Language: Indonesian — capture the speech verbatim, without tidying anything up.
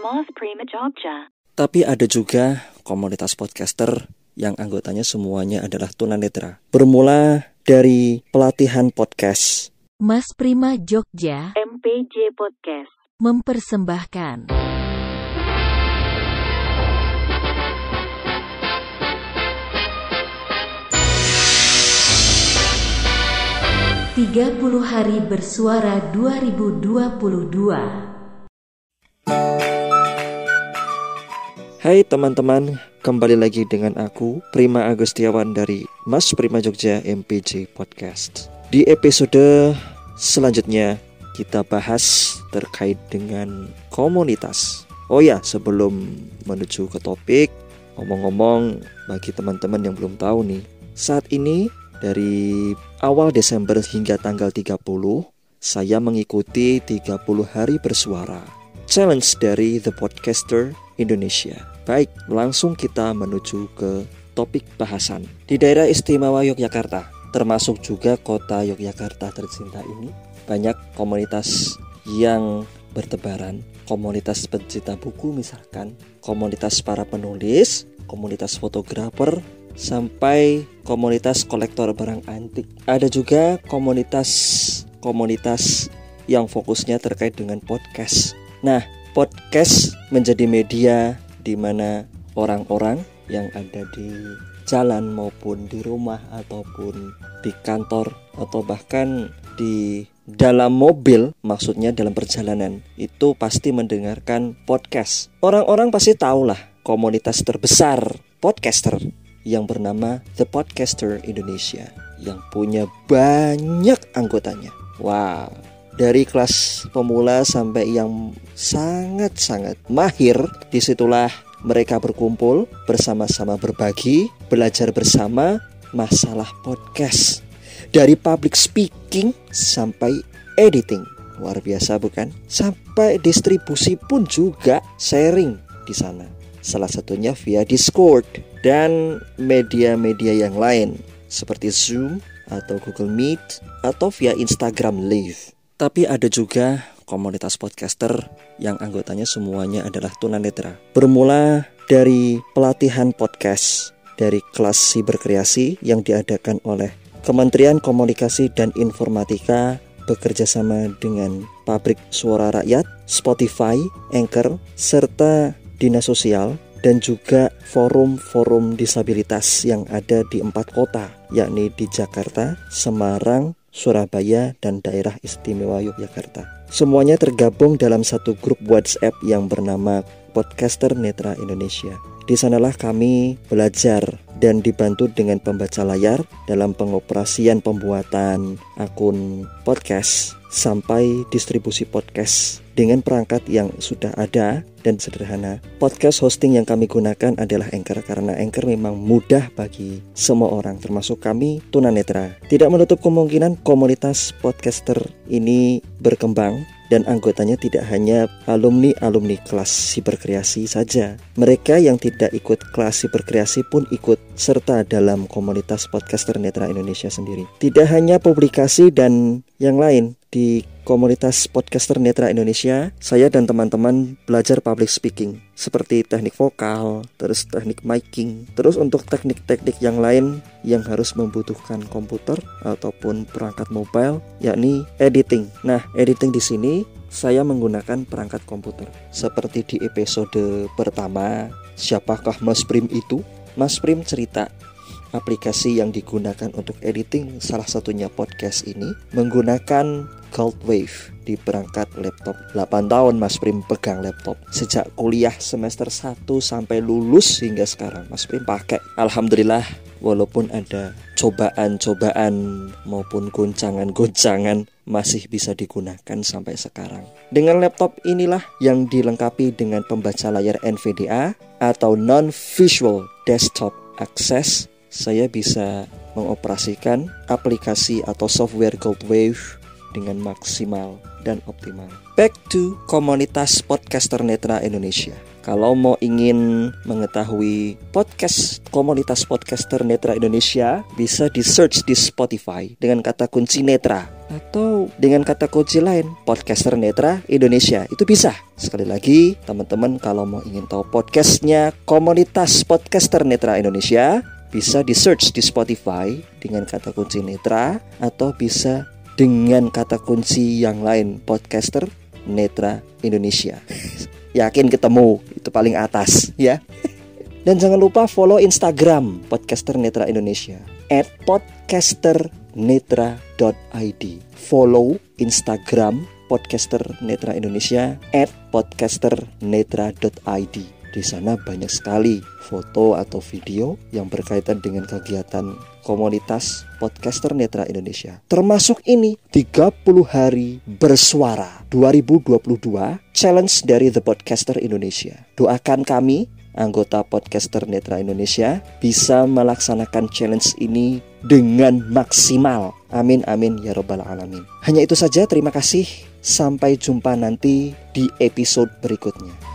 Mas Prima Jogja. Tapi ada juga komunitas podcaster yang anggotanya semuanya adalah tunanetra. Bermula dari pelatihan podcast. Mas Prima Jogja M P J Podcast mempersembahkan tiga puluh Hari Bersuara dua ribu dua puluh dua. Hai teman-teman, kembali lagi dengan aku, Prima Agustiawan dari Mas Prima Jogja M P J Podcast. Di episode selanjutnya kita bahas terkait dengan komunitas. Oh ya, sebelum menuju ke topik, ngomong-ngomong bagi teman-teman yang belum tahu nih, saat ini dari awal Desember hingga tanggal tiga puluh, saya mengikuti tiga puluh Hari Bersuara, challenge dari The Podcaster Indonesia. Baik, langsung kita menuju ke topik bahasan. Di daerah istimewa Yogyakarta, termasuk juga kota Yogyakarta tercinta ini, banyak komunitas yang bertebaran. Komunitas pencinta buku misalkan, komunitas para penulis, komunitas fotografer, sampai komunitas kolektor barang antik. Ada juga komunitas-komunitas yang fokusnya terkait dengan podcast. Nah, podcast menjadi media di mana orang-orang yang ada di jalan maupun di rumah ataupun di kantor atau bahkan di dalam mobil, maksudnya dalam perjalanan, itu pasti mendengarkan podcast. Orang-orang pasti tahulah komunitas terbesar podcaster yang bernama The Podcaster Indonesia yang punya banyak anggotanya. Wow, dari kelas pemula sampai yang sangat-sangat mahir, disitulah mereka berkumpul bersama-sama berbagi, belajar bersama masalah podcast. Dari public speaking sampai editing. Luar biasa bukan? Sampai distribusi pun juga sharing di sana. Salah satunya via Discord dan media-media yang lain seperti Zoom atau Google Meet atau via Instagram Live. Tapi ada juga komunitas podcaster yang anggotanya semuanya adalah tunanetra. Bermula dari pelatihan podcast dari kelas siberkreasi yang diadakan oleh Kementerian Komunikasi dan Informatika bekerjasama dengan Pabrik Suara Rakyat, Spotify, Anchor, serta Dinas Sosial dan juga forum-forum disabilitas yang ada di empat kota, yakni di Jakarta, Semarang, Surabaya, dan daerah istimewa Yogyakarta. Semuanya tergabung dalam satu grup WhatsApp yang bernama Podcaster Netra Indonesia. Di sanalah kami belajar dan dibantu dengan pembaca layar dalam pengoperasian pembuatan akun podcast sampai distribusi podcast dengan perangkat yang sudah ada dan sederhana. Podcast hosting yang kami gunakan adalah Anchor karena Anchor memang mudah bagi semua orang termasuk kami tunanetra. Tidak menutup kemungkinan komunitas podcaster ini berkembang dan anggotanya tidak hanya alumni-alumni kelas siberkreasi saja. Mereka yang tidak ikut kelas siberkreasi pun ikut serta dalam komunitas podcaster Netra Indonesia sendiri. Tidak hanya publikasi dan yang lain di komunitas podcaster Netra Indonesia, saya dan teman-teman belajar public speaking seperti teknik vokal, terus teknik miking, terus untuk teknik-teknik yang lain yang harus membutuhkan komputer ataupun perangkat mobile, yakni editing. Nah, editing di sini saya menggunakan perangkat komputer. Seperti di episode pertama, siapakah Mas Prim itu? Mas Prim cerita aplikasi yang digunakan untuk editing, salah satunya podcast ini, menggunakan Goldwave di perangkat laptop. delapan tahun Mas Prim pegang laptop. Sejak kuliah semester satu sampai lulus hingga sekarang Mas Prim pakai. Alhamdulillah, walaupun ada cobaan-cobaan maupun goncangan-goncangan, masih bisa digunakan sampai sekarang. Dengan laptop inilah yang dilengkapi dengan pembaca layar N V D A atau Non-Visual Desktop Access, saya bisa mengoperasikan aplikasi atau software Goldwave dengan maksimal dan optimal. Back to komunitas podcaster Netra Indonesia. Kalau mau ingin mengetahui podcast komunitas podcaster Netra Indonesia, bisa di search di Spotify dengan kata kunci Netra, atau dengan kata kunci lain podcaster Netra Indonesia. Itu bisa. Sekali lagi, teman-teman kalau mau ingin tahu podcastnya komunitas podcaster Netra Indonesia, bisa di search di Spotify dengan kata kunci Netra, atau bisa dengan kata kunci yang lain podcaster Netra Indonesia. Yakin ketemu, itu paling atas ya. Dan jangan lupa follow Instagram podcaster Netra Indonesia at podcasternetra dot i d. Follow Instagram podcaster Netra Indonesia at podcasternetra dot i d. Di sana banyak sekali foto atau video yang berkaitan dengan kegiatan komunitas podcaster Netra Indonesia. Termasuk ini tiga puluh hari bersuara dua ribu dua puluh dua, challenge dari The Podcaster Indonesia. Doakan kami, anggota podcaster Netra Indonesia, bisa melaksanakan challenge ini dengan maksimal. Amin amin ya rabbal alamin. Hanya itu saja, terima kasih. Sampai jumpa nanti di episode berikutnya.